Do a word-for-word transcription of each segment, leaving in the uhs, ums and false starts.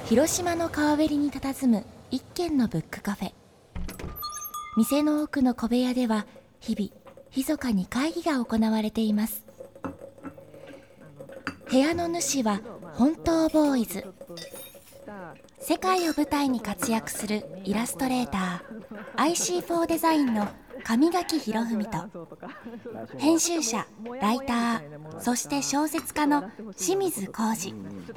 広島の川べりに佇む一軒のブックカフェ。店の奥の小部屋では日々密かに会議が行われています。部屋の主は本当ボーイズ。世界を舞台に活躍するイラストレーター アイシーフォー デザインの上垣博文と、編集者、ライター、そして小説家の清水浩二。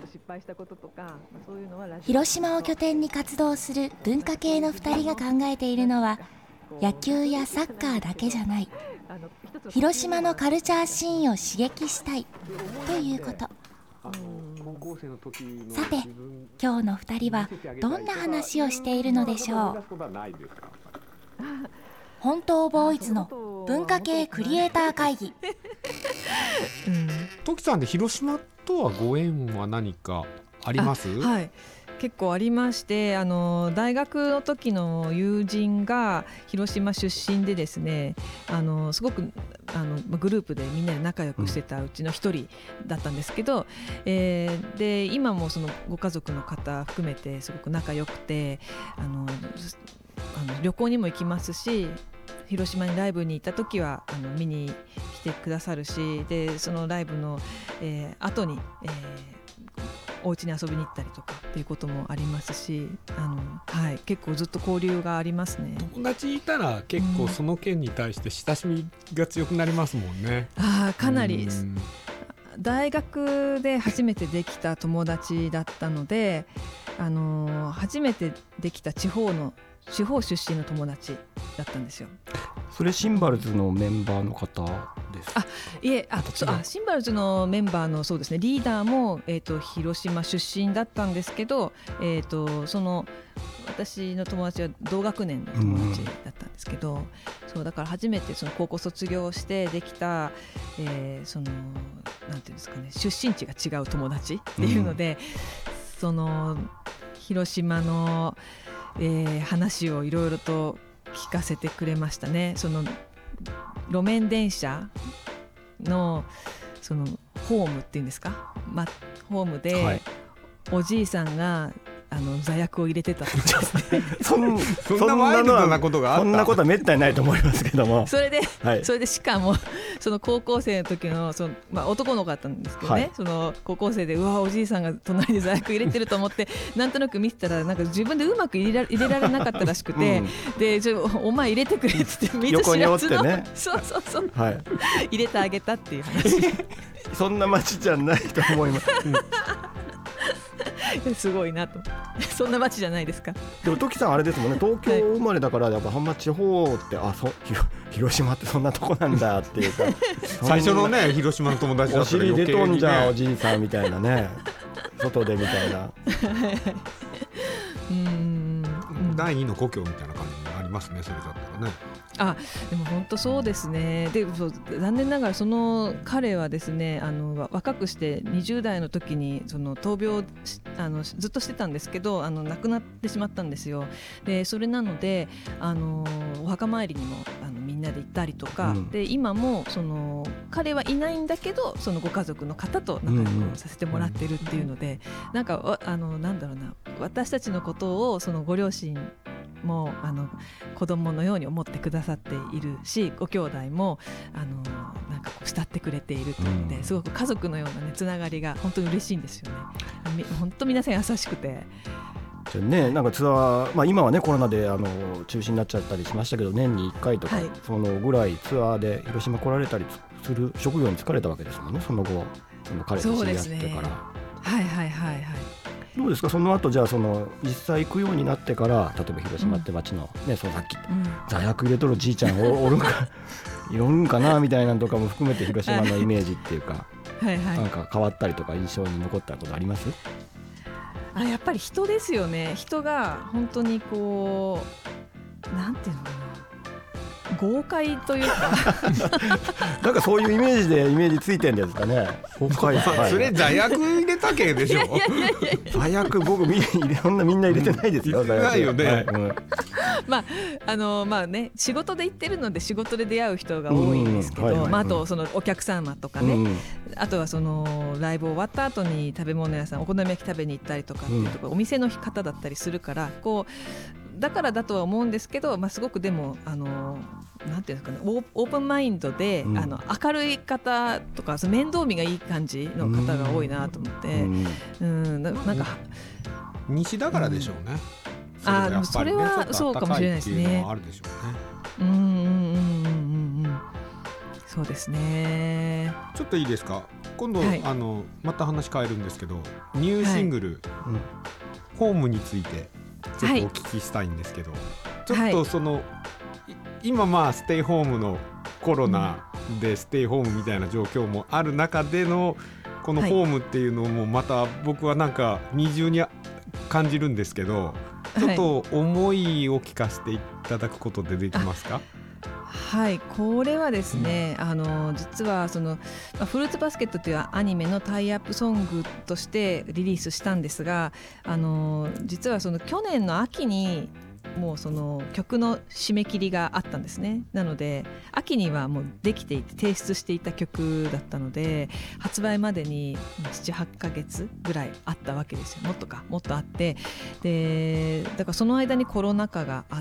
広島を拠点に活動する文化系のふたりが考えているのは、野球やサッカーだけじゃない、広島のカルチャーシーンを刺激したいということ。さて、今日のふたりはどんな話をしているのでしょう。本当ボーイズの文化系クリエイター会議。 うん、トキさんで広島とはご縁は何かあります？ はい、結構ありまして、あの大学の時の友人が広島出身でですね、あのすごくあのグループでみんなで仲良くしてたうちの一人だったんですけど、うん、えー、で今もそのご家族の方含めてすごく仲良くて、あのあの旅行にも行きますし、広島にライブに行った時はあの見に来てくださるし、でそのライブの、えー、後に、えー、お家に遊びに行ったりとかっていうこともありますし、あの、はい、結構ずっと交流がありますね。 友達いたら結構その件に対して親しみが強くなりますもんね。 うん、あかなり、うん、大学で初めてできた友達だったので、あの初めてできた地方の地方出身の友達だったんですよ。 それシンバルズのメンバーの方ですか？ あ、いえ、ああシンバルズのメンバーのそうですね、リーダーも、えー、と広島出身だったんですけど、えー、とその私の友達は同学年の友達だったんですけど、うん、そうだから初めてその高校卒業してできた、えー、そのなんていうんですかね、出身地が違う友達っていうので、うん、その広島のえー、話をいろいろと聞かせてくれましたね。その路面電車のそのホームっていうんですか、ま、ホームで、はい、おじいさんがあの座薬を入れてたとかですねそんそんなワイルドなことがあった？ そんなことはめったにないと思いますけどもそれで、 はい、 それでしかもその高校生の時の、その、まあ、男の子だったんですけどね、はい、その高校生でうわおじいさんが隣で座薬入れてると思ってなんとなく見てたら、なんか自分でうまく入れら、入れられなかったらしくて、うん、でちょお前入れてくれって言って水知らずの、ね、そうそうそう、はい、入れてあげたっていう話そんな街じゃないと思います、 うん、すごいなとそんな街じゃないですか。 でもトキさんあれですもんね、東京生まれだからやっぱあんま地方ってあそ広島ってそんなとこなんだっていうか最初のね広島の友達だったら余計に、ね、 お尻出とんじゃんおじいさんみたいなね外でみたいなうーん、 第二の故郷みたいな感じになりますね、それだったらね。 あ、でも本当そうですね。でそう残念ながらその彼はですね、あの若くしてにじゅう代の時にその闘病あのずっとしてたんですけど、あの亡くなってしまったんですよ。でそれなのであのお墓参りにもあのみんなで行ったりとか、うん、で今もその彼はいないんだけどそのご家族の方と仲良くさせてもらってるっていうので、うんうん、なんかあのなんだろうな、私たちのことをそのご両親もあの子供のように思ってくださっているし、ご兄弟もあのなんかこう慕ってくれているというので、うん、すごく家族のような、ね、つながりが本当に嬉しいんですよね。本当皆さん優しくて、 じゃね、なんかツアー、まあ、今はねコロナであの中止になっちゃったりしましたけど、年にいっかいとか、はい、そのぐらいツアーで広島来られたりする職業に就かれたわけですもんね、その後その彼と知り合ってから。そうですね、 はいはいはいはい。 どうですか、その後じゃあその実際行くようになってから、例えば広島って街の、ね、うん、そのさっき、うん、座薬入れとるじいちゃんお, おるんかいるんかなみたいなのとかも含めて広島のイメージっていうかはいはい、なんか変わったりとか印象に残ったことあります？ あ、やっぱり人ですよね。人が本当にこうなんていうのかな、豪快というかなんかそういうイメージでイメージついてるんですかね。 豪快、はい、それ座薬入れたけでしょ。 座薬僕みんなみんな入れてないですよ。 入れてないよね、 はい、うん、 まああのまあね仕事で行ってるので仕事で出会う人が多いんですけど、 うんはいはいまあ、あとそのお客様とかね、 うんあとはそのライブ終わった後に食べ物屋さんお好み焼き食べに行ったりとかっていうところ、お店の方だったりするからこうだからだとは思うんですけど、まあ、すごくでもあのなんていうんですかね、オーオープンマインドで、うん、あの明るい方とかその面倒見がいい感じの方が多いなと思って、うんうん、な, なんか西だからでしょうね、 うん、あそれはそうかもしれないですね。 あるでしょうね。うんうんうんうんうんそうですね。 ちょっといいですか今度、はい、あのまた話変えるんですけどニューシングル、はいうん、ホームについてちょっとお聞きしたいんですけど、はい、ちょっとその、はい、今まあステイホームのコロナでステイホームみたいな状況もある中でのこのホームっていうのもまた僕はなんか二重に感じるんですけど、ちょっと思いを聞かせていただくことでできますか？ はい、これはですね、うん、あの実はそのフルーツバスケットというアニメのタイアップソングとしてリリースしたんですが、あの実はその去年の秋にもうその曲の締め切りがあったんですね。なので秋にはもうできていて提出していた曲だったので発売までにななはちかげつぐらいあったわけですよ。もっとかもっとあって、でだからその間にコロナ禍があって、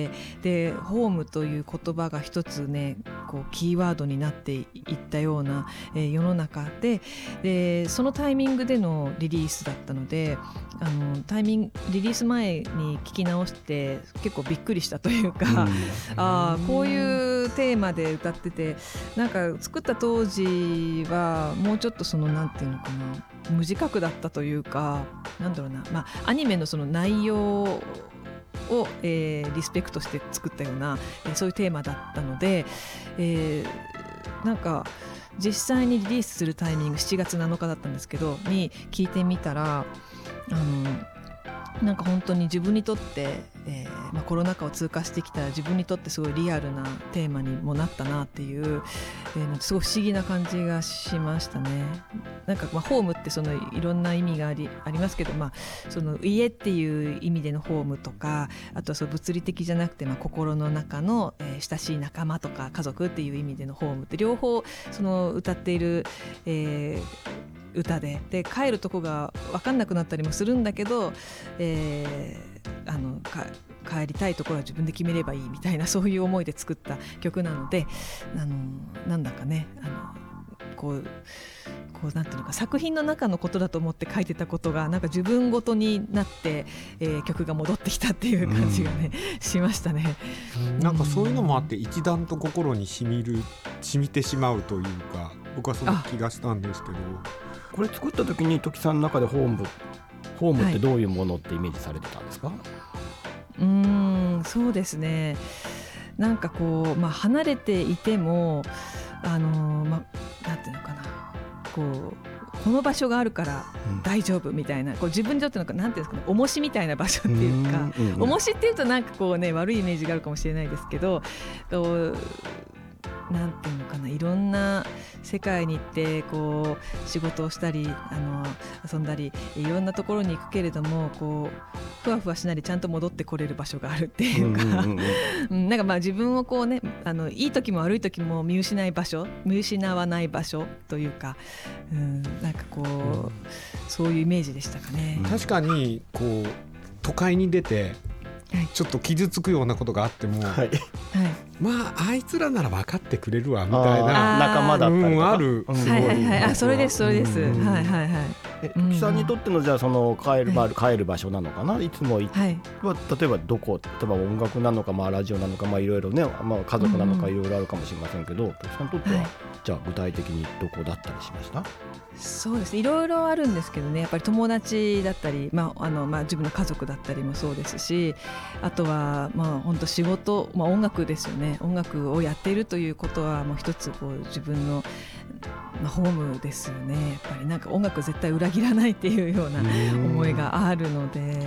でホームという言葉が一つねこうキーワードになっていったような、えー、世の中で、でそのタイミングでのリリースだったので、あのタイミングリリース前に聞き直して結構びっくりしたというか、うん、あこういうテーマで歌ってて、なんか作った当時はもうちょっとそのなんていうのかな、無自覚だったというか、なんだろうな、まあ、アニメのその内容を、えー、リスペクトして作ったような、えー、そういうテーマだったので、えー、なんか実際にリリースするタイミングしちがつなのかだったんですけどに聞いてみたら、あのなんか本当に自分にとって、えーまあ、コロナ禍を通過してきた自分にとってすごいリアルなテーマにもなったなっていう、えー、すごい不思議な感じがしましたね。なんかまあホームってそのいろんな意味があり、ありますけど、まあ、その家っていう意味でのホームとか、あとはその物理的じゃなくてまあ心の中の、えー、親しい仲間とか家族っていう意味でのホームって両方その歌っている、えー歌で、で帰るとこが分かんなくなったりもするんだけど、えー、あのか帰りたいところは自分で決めればいいみたいな、そういう思いで作った曲なので、あのなんだかね、あのこうこうなんていうのか、作品の中のことだと思って書いてたことがなんか自分ごとになって、えー、曲が戻ってきたっていう感じがね、うん、しましたね。 なんかそういうのもあって一段と心に染みる染みてしまうというか、僕はその気がしたんですけど、 これ作った時に時さんの中でホームホームってどういうものってイメージされてたんですか？はい、 うーんそうですね、なんかこう、まあ、離れていてもあのー、まあ、なんていうのかな、こうこの場所があるから大丈夫みたいな、うん、こう自分にとってのなんていうんですかね、重しみたいな場所っていうか、うんうんうん、重しっていうとなんかこうね悪いイメージがあるかもしれないですけど、こうなんていうのかな、いろんな世界に行ってこう仕事をしたりあの遊んだりいろんなところに行くけれども、こうふわふわしないでちゃんと戻ってこれる場所があるっていうか、うんうんうん、なんかまあ自分をこうね、あのいい時も悪い時も見失い場所見失わない場所というか、うん、なんかこう、うん、そういうイメージでしたかね。 確かにこう都会に出てちょっと傷つくようなことがあっても、はい、まああいつらなら分かってくれるわみたいな仲間だったりとか、うん、 ある、 うん、はいはいはい、あそれですそれです、うん、はいはいはい。 え時さんにとってのじゃあその帰る、はい、帰る場所なのかな、いつもい、はい、例えばどこ、例えば音楽なのか、まあ、ラジオなのか、まあ、いろいろね、まあ、家族なのかいろいろあるかもしれませんけど、時さんにとっては、はい、じゃあ具体的にどこだったりしました？ そうですね、いろいろあるんですけどね、やっぱり友達だったり、まああのまあ、自分の家族だったりもそうですし、あとはまあ本当仕事、まあ、音楽ですよね。音楽をやっているということはもう一つこう自分の、まあ、ホームですよね。やっぱりなんか音楽絶対裏切らないっていうような思いがあるので。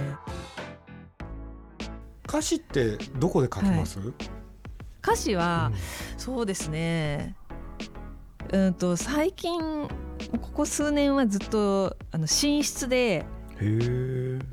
歌詞ってどこで書きます？はい、 歌詞は、うん、そうですね、うんと最近ここ数年はずっとあの寝室で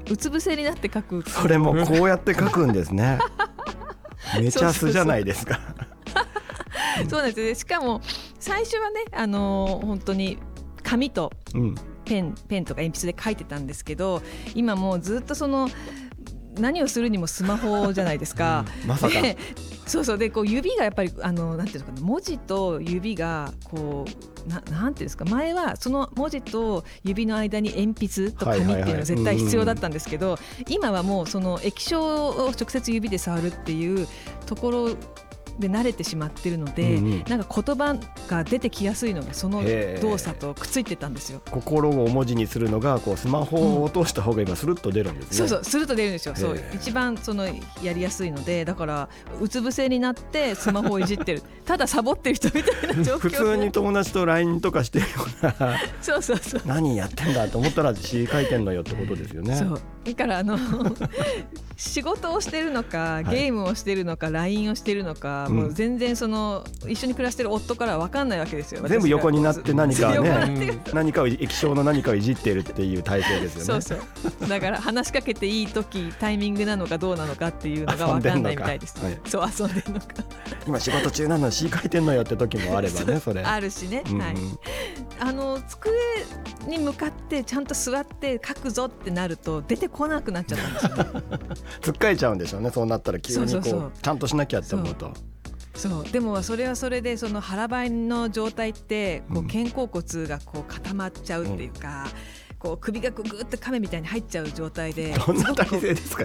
うつ伏せになって書く。 それもこうやって書くんですねめちゃすじゃないですかそうなんですよ。しかも最初はね、あのー、本当に紙とペン、うん、ペンとか鉛筆で書いてたんですけど、今もうずっとその何をするにもスマホじゃないですか、 うん、まさかそうそうでこう指がやっぱりあのなんていうのかな、文字と指がこう な, なんていうんですか、前はその文字と指の間に鉛筆と紙っていうのが絶対必要だったんですけど、今はもうその液晶を直接指で触るっていうところで慣れてしまってるので、うんうん、なんか言葉が出てきやすいのがその動作とくっついてたんですよ。 心を文字にするのがこうスマホを通した方が今スルッと出るんですね、 うん、そうそうスルッと出るんですよ。そう一番そのやりやすいので、だからうつ伏せになってスマホをいじってるただサボってる人みたいな状況普通に友達と ライン とかしてるようなそうそうそう何やってんだと思ったら詩書いてんのよってことですよね。 そうだからあの仕事をしてるのかゲームをしてるのか、はい、ライン をしてるのか、うん、もう全然その一緒に暮らしてる夫からは分かんないわけですよ。 全部横になって何かね、うん、何かを液晶の何かをいじってるっていう体制ですよね。 そうそうだから話しかけていい時タイミングなのかどうなのかっていうのが分かんないみたいです、はい、そう遊んでんのか今仕事中なのに詩書いてんのよって時もあればねそれあるしね、うんうん、はい、あの机に向かってちゃんと座って書くぞってなると出てこなくなっちゃったんですよねつっかえちゃうんでしょうね。そうなったら急にこうそうそうそうちゃんとしなきゃって思うと。 そうでもそれはそれでその腹ばいの状態ってこう肩甲骨がこう固まっちゃうっていうか、うん、こう首がグーッと亀みたいに入っちゃう状態でどんな体勢ですか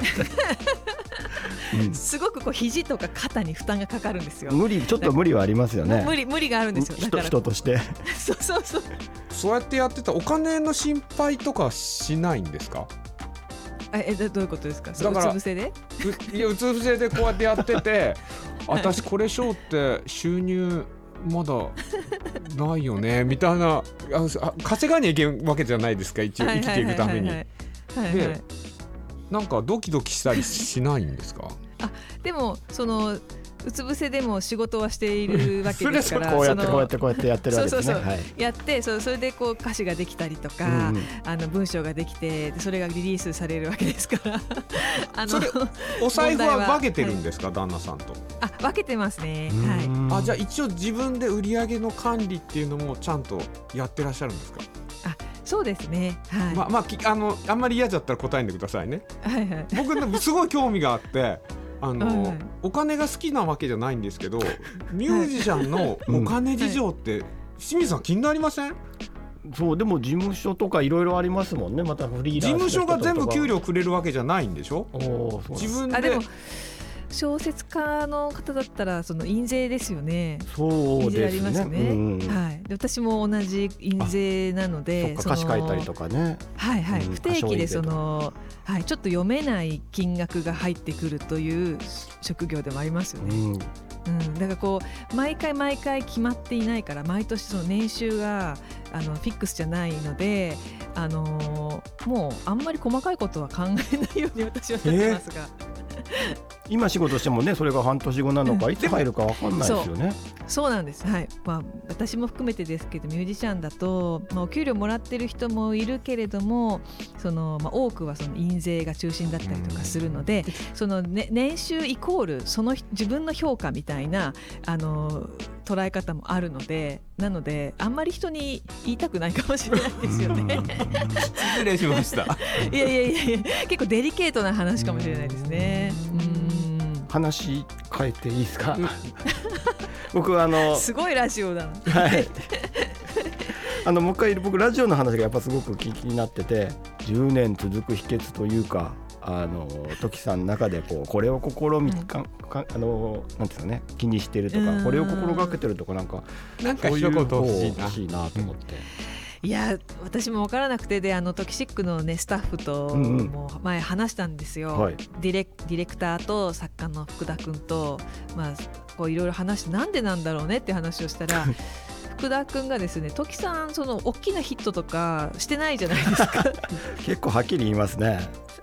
すごくこう肘とか肩に負担がかかるんですよ。 無理ちょっと無理はありますよね。 無理無理があるんですよ。だから人としてそうそうそうそうやってやってたお金の心配とかしないんですか？ えどういうことですか？だからうつ伏せでういやうつ伏せでこうやってやってて私これショーって収入まだないよねみたいな、あ稼がにゃいけんわけじゃないですか、一応生きていくために。でなんかドキドキしたりしないんですか？ あでもそのうつ伏せでも仕事はしているわけですからこうやってこうやってこうやってやってるわけですね。 そうそうそう、はい、やってそれでこう歌詞ができたりとか、うんうん、あの文章ができてそれがリリースされるわけですからあのそれお財布は分けてるんですか、はい、旦那さんと。 あ分けてますね、はい、 あじゃあ一応自分で売り上げの管理っていうのもちゃんとやってらっしゃるんですか？ あそうですね、はい、 まあまあ、あのあんまり嫌だったら答えんでくださいね、はいはい、僕すごい興味があってあの、はい、お金が好きなわけじゃないんですけどミュージシャンのお金事情って、はい、清水さん気になりません？ そうでも事務所とかいろいろありますもんね。またフリーランス事務所が全部給料くれるわけじゃないんでしょ？お自分で。 あでも小説家の方だったらその印税ですよね。 そうですね。印税ありますよね、 うんうん、はい、で私も同じ印税なのでそっか歌詞書いたりとかね、 はいはい、うん、不定期でその、はい、ちょっと読めない金額が入ってくるという職業でもありますよね、うんうん、だからこう毎回毎回決まっていないから毎年その年収があのフィックスじゃないので、あのー、もうあんまり細かいことは考えないように私はやってますが、 えー今仕事してもねそれが半年後なのか、うん、いつ入るか分かんないですよね。 そう、そうなんです、はい、まあ、私も含めてですけどミュージシャンだと、まあ、お給料もらってる人もいるけれどもその、まあ、多くはその印税が中心だったりとかするので、その、ね、年収イコールその自分の評価みたいなあの捉え方もあるので、なのであんまり人に言いたくないかもしれないですよね失礼しましたいやいやいやいや結構デリケートな話かもしれないですね。うん話変えていいですか僕あのすごいラジオだなはいあのもう一回僕ラジオの話がやっぱすごく気になってて、じゅうねん続く秘訣というかあのトキさんの中でこうこれを試み、うん、かかあのなんですかね気にしてるとかこれを心がけてるとかなんかなんか一言欲しいなと思って、 いや私も分からなくて、であのトキシックの、ね、スタッフとも前話したんですよ、うんうん、ディレ、ディレクターと作家の福田君と、まあ、こういろいろ話してなんでなんだろうねって話をしたら福田君がですね、トキさんその大きなヒットとかしてないじゃないですか結構はっきり言いますね。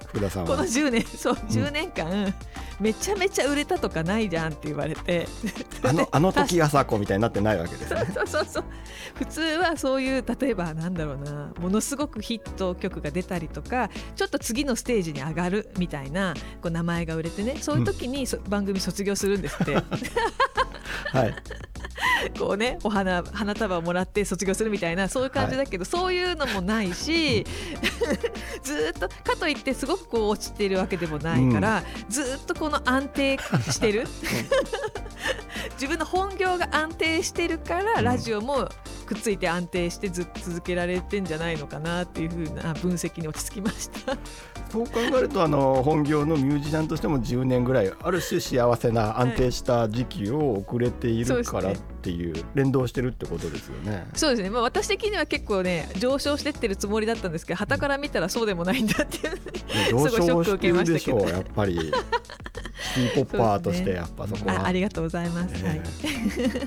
福田さんはこのじゅうねんそうじゅうねんかん、うん、めちゃめちゃ売れたとかないじゃんって言われてあのあの時朝子みたいになってないわけですねそうそうそう普通はそういう例えばなんだろうなものすごくヒット曲が出たりとかちょっと次のステージに上がるみたいなこう名前が売れてねそういう時に、うん、番組卒業するんですってはいこうねお花花束をもらって卒業するみたいなそういう感じだけど、はい、そういうのもないしずっとかといってすごくこう落ちてるわけでもないから、うん、ずっとこの安定してる自分の本業が安定してるからラジオもくっついて安定してずっと続けられてんじゃないのかなっていう風な分析に落ち着きましたそう考えるとあの本業のミュージシャンとしてもじゅうねんぐらいある種幸せな安定した時期を遅れているからっていう連動してるってことですよね。 そうですね、まあ、私的には結構ね上昇してってるつもりだったんですけど傍から見たらそうでもないんだっていうすごいショックを受けましたけど上昇してるでしょうやっぱりシティポッパーとしてやっぱそこはあ, ありがとうございます、えーはい、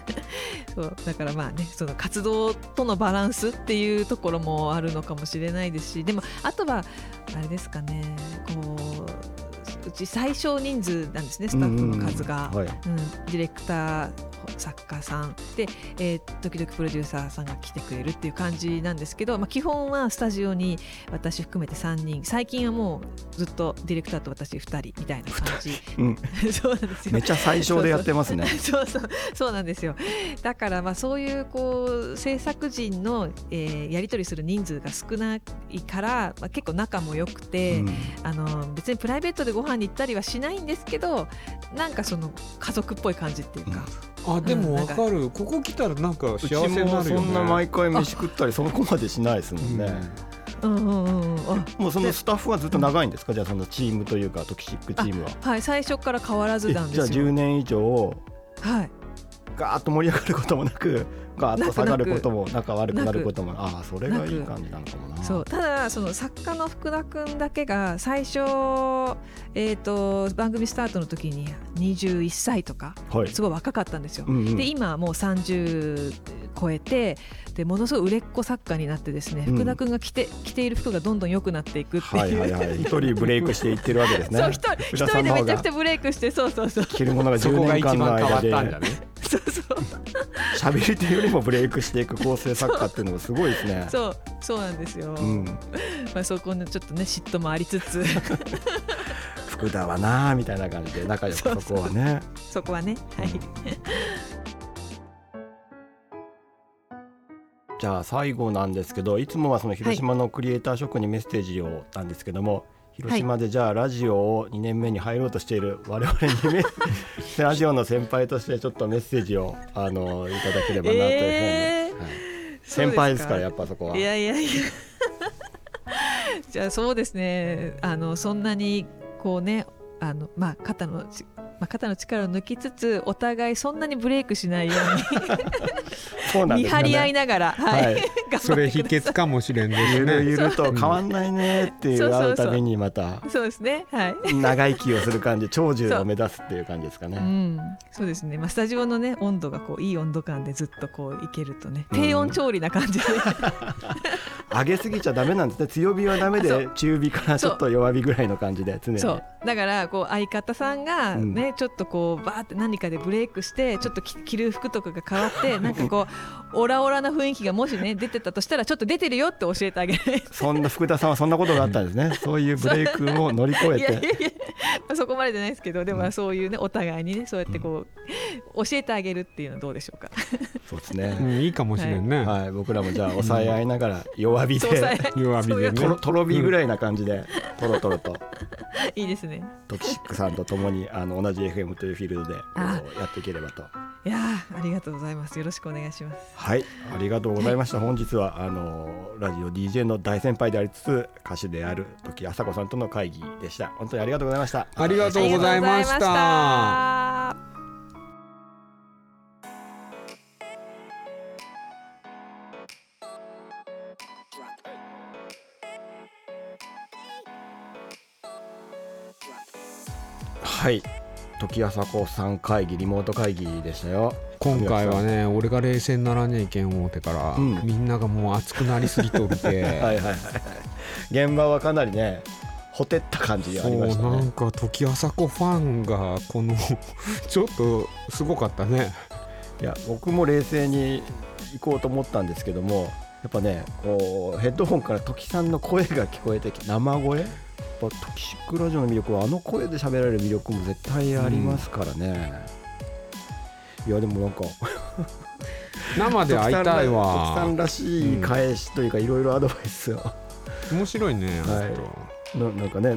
そうだからまあねその活動とのバランスっていうところもあるのかもしれないですしでもあとはあれですかねこううち最小人数なんですねスタッフの数が、うんうんはいうん、ディレクター作家さんで、えー、時々プロデューサーさんが来てくれるっていう感じなんですけど、まあ、基本はスタジオに私含めてさんにん最近はもうずっとディレクターと私ふたりみたいな感じ、うん、そうなんですよめっちゃ最小でやってますねそうそうそうなんですよだからまあそういうこう制作陣の、えー、やり取りする人数が少ないから、まあ、結構仲も良くて、うん、あの別にプライベートでご飯に行ったりはしないんですけどなんかその家族っぽい感じっていうか、 うん、あでも分かる、うん、ここ来たらなんか幸せになるよね。うちもそんな毎回飯食ったりその子までしないですもんね、 うんうんうんうん、 もうそのスタッフはずっと長いんですか、うん、じゃあそのチームというかトキシックチームは。 はい最初から変わらずなんですよ。 じゃあじゅうねん以上、はい、ガーッと盛り上がることもなくガーッと下がることも仲悪くなることもああそれがいい感じなのかもな。 そうただその作家の福田くんだけが最初、えー、と番組スタートの時ににじゅういっさいとか、はい、すごい若かったんですよ、うんうん、で今はもうさんじゅう超えてでものすごい売れっ子作家になってですね、うん、福田くんが着て、着ている服がどんどん良くなっていくっていう、はいはいはい、 一人ブレイクしていってるわけですねそう一人、一人でめちゃくちゃブレイクしてそうそうそう着るものがじゅうねんかんの間でそうそう喋り手よりもブレイクしていく構成作家っていうのもすごいですね。 そうそうなんですよ、うんまあ、そこのちょっとね嫉妬もありつつ福田はなみたいな感じで仲良くそこはねそこはねはい、うん、 じゃあ最後なんですけどいつもはその広島のクリエイター諸君にメッセージをなんですけども、はい広島でじゃあラジオをにねんめに入ろうとしている我々にラジオの先輩としてちょっとメッセージをあのいただければなというふうに、えーはい、先輩ですからやっぱそこはいやいやいやじゃあそうですねあのそんなにこうねあの、まあ、肩のまあ、肩の力を抜きつつお互いそんなにブレイクしないように見張り合いながら、はいはい、 それ秘訣かもしれんですね。 ゆるゆると変わんないねっていう会うたびにまたそうですね、はい、 長生きをする感じ長寿を目指すっていう感じですかね。 そう、うん、そうですね、まあ、スタジオの、ね、温度がこういい温度感でずっとこういけるとね低温調理な感じで、 うん、上げすぎちゃダメなんですね。強火はダメで中火からちょっと弱火ぐらいの感じで常にそうだからこう相方さんがね、うんちょっとこうバーって何かでブレイクしてちょっと着る服とかが変わってなんかこうオラオラな雰囲気がもしね出てたとしたらちょっと出てるよって教えてあげるそんな福田さんはそんなことがあったんですねそういうブレイクを乗り越えていやいやいや、 まあ、そこまでじゃないですけどでもそういうねお互いにねそうやってこう教えてあげるっていうのはどうでしょうか。 そうですね、 うん、いいかもしれんね、 はいはい、僕らもじゃあ抑え合いながら弱火で弱火でねとろ火ぐらいな感じでトロトロといいですねトキシックさんと共にあの同じ エフエム というフィールドでやっていければと。 いやありがとうございます。よろしくお願いします。 はいありがとうございました、はい、本日はあのラジオ ディージェー の大先輩でありつつ歌手である時あさこさんとの会議でした。本当にありがとうございました。 ありがとうございました。 はい時あさこさん会議リモート会議でしたよ。 今回はね俺が冷静にならねえけん思ってから、うん、みんながもう熱くなりすぎとるてはいはいはい現場はかなりねほてった感じがありましたね。 そうなんか時あさこファンがこのちょっとすごかったね。 いや僕も冷静に行こうと思ったんですけども、やっぱねこうヘッドホンから時さんの声が聞こえてき生声、やっぱトキシックラジオの魅力はあの声で喋られる魅力も絶対ありますからね、うん、いやでもなんか生で会いたいわ。 時さんらしい返しというか、いろいろアドバイスを面白いね、 はい、な, なんかね、うん、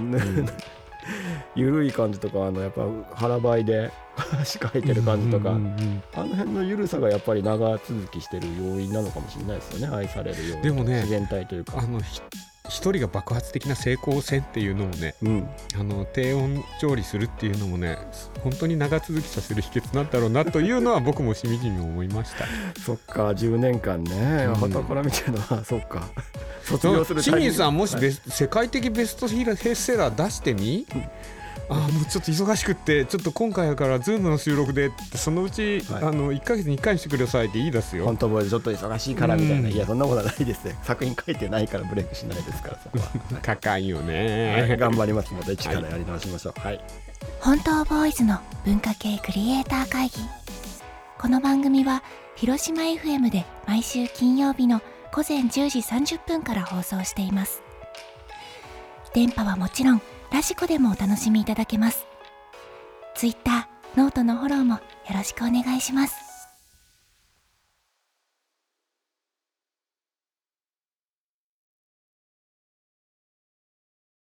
ゆるい感じとか、あのやっぱ腹ばいで話書いてる感じとか、うんうんうん、あの辺のゆるさがやっぱり長続きしてる要因なのかもしれないですよね。愛されるようなでもね、 自然体というか、 あの一人が爆発的な成功線っていうのもね、うん、あの低温調理するっていうのもね、本当に長続きさせる秘訣なんだろうなというのは僕もしみじみ思いましたそっか、じゅうねんかんね、はたから見てるのはそっか、卒業するタイミング、 清水さんもしベス、はい、世界的ベストセラー出してみ、うん、あもうちょっと忙しくってちょっと今回やからズームの収録でそのうち、はい、あのいっかげつにいっかいにしてくださいって言い出すよ。 本当もうちょっと忙しいからみたいな、うん、いやそんなことはないですね。作品書いてないからブレイクしないですからそこは高いよね、 はい、頑張りますので一からやり直しましょう、はいはい、 本当ボーイズの文化系クリエイター会議。この番組は広島 エフエム で毎週金曜日のごぜんじゅうじさんじゅっぷんから放送しています。電波はもちろんラジコでもお楽しみいただけます。ツイッター、ノートのフォローもよろしくお願いします。